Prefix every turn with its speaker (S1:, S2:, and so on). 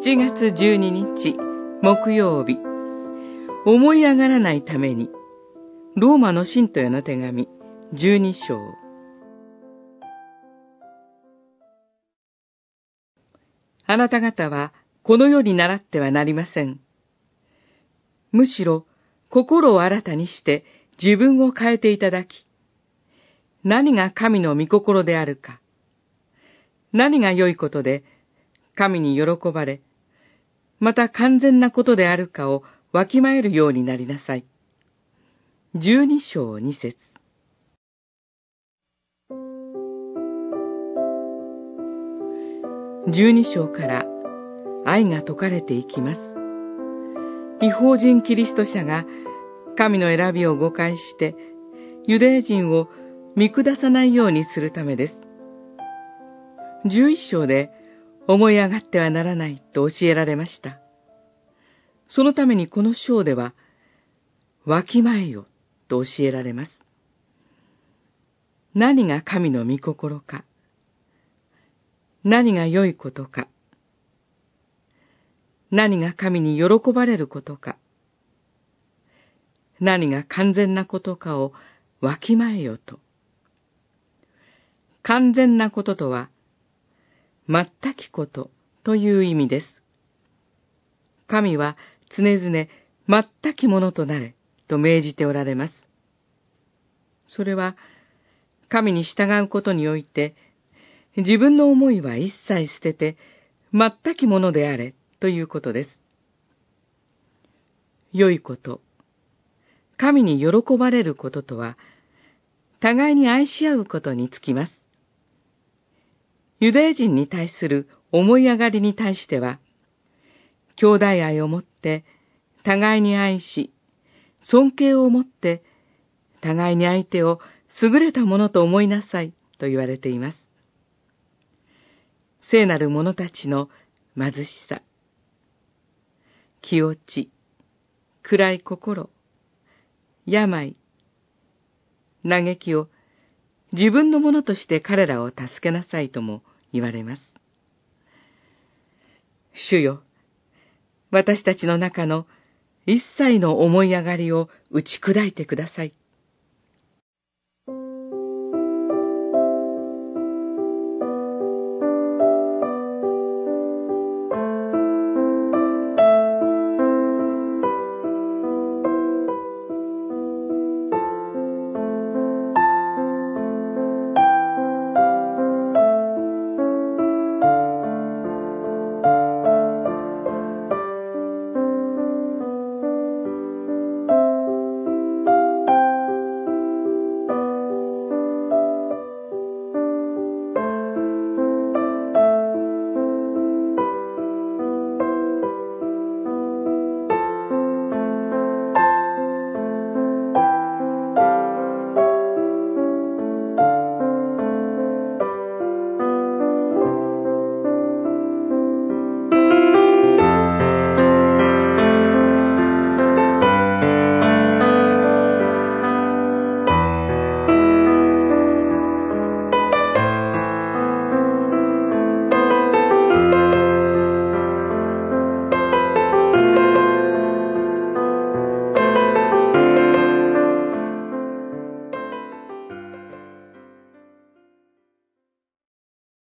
S1: 7月12日木曜日、思い上がらないために、ローマの信徒への手紙12章。あなた方はこの世に倣ってはなりません。むしろ心を新たにして自分を変えていただき、何が神の御心であるか、何が良いことで神に喜ばれ、また完全なことであるかをわきまえるようになりなさい。12章2節。12章から愛が説かれていきます。異邦人キリスト者が神の選びを誤解してユダヤ人を見下さないようにするためです。11章で思い上がってはならないと教えられました。そのためにこの章では、わきまえよと教えられます。何が神の御心か、何が良いことか、何が神に喜ばれることか、何が完全なことかをわきまえよと。完全なこととは、全きことという意味です。神は常々全きものとなれと命じておられます。それは神に従うことにおいて自分の思いは一切捨てて全きものであれということです。良いこと、神に喜ばれることとは互いに愛し合うことにつきます。ユダヤ人に対する思い上がりに対しては、兄弟愛をもって互いに愛し、尊敬をもって互いに相手を優れたものと思いなさいと言われています。聖なる者たちの貧しさ、気落ち、暗い心、病、嘆きを自分のものとして彼らを助けなさいとも言われます。主よ、私たちの中の一切の思い上がりを打ち砕いてください。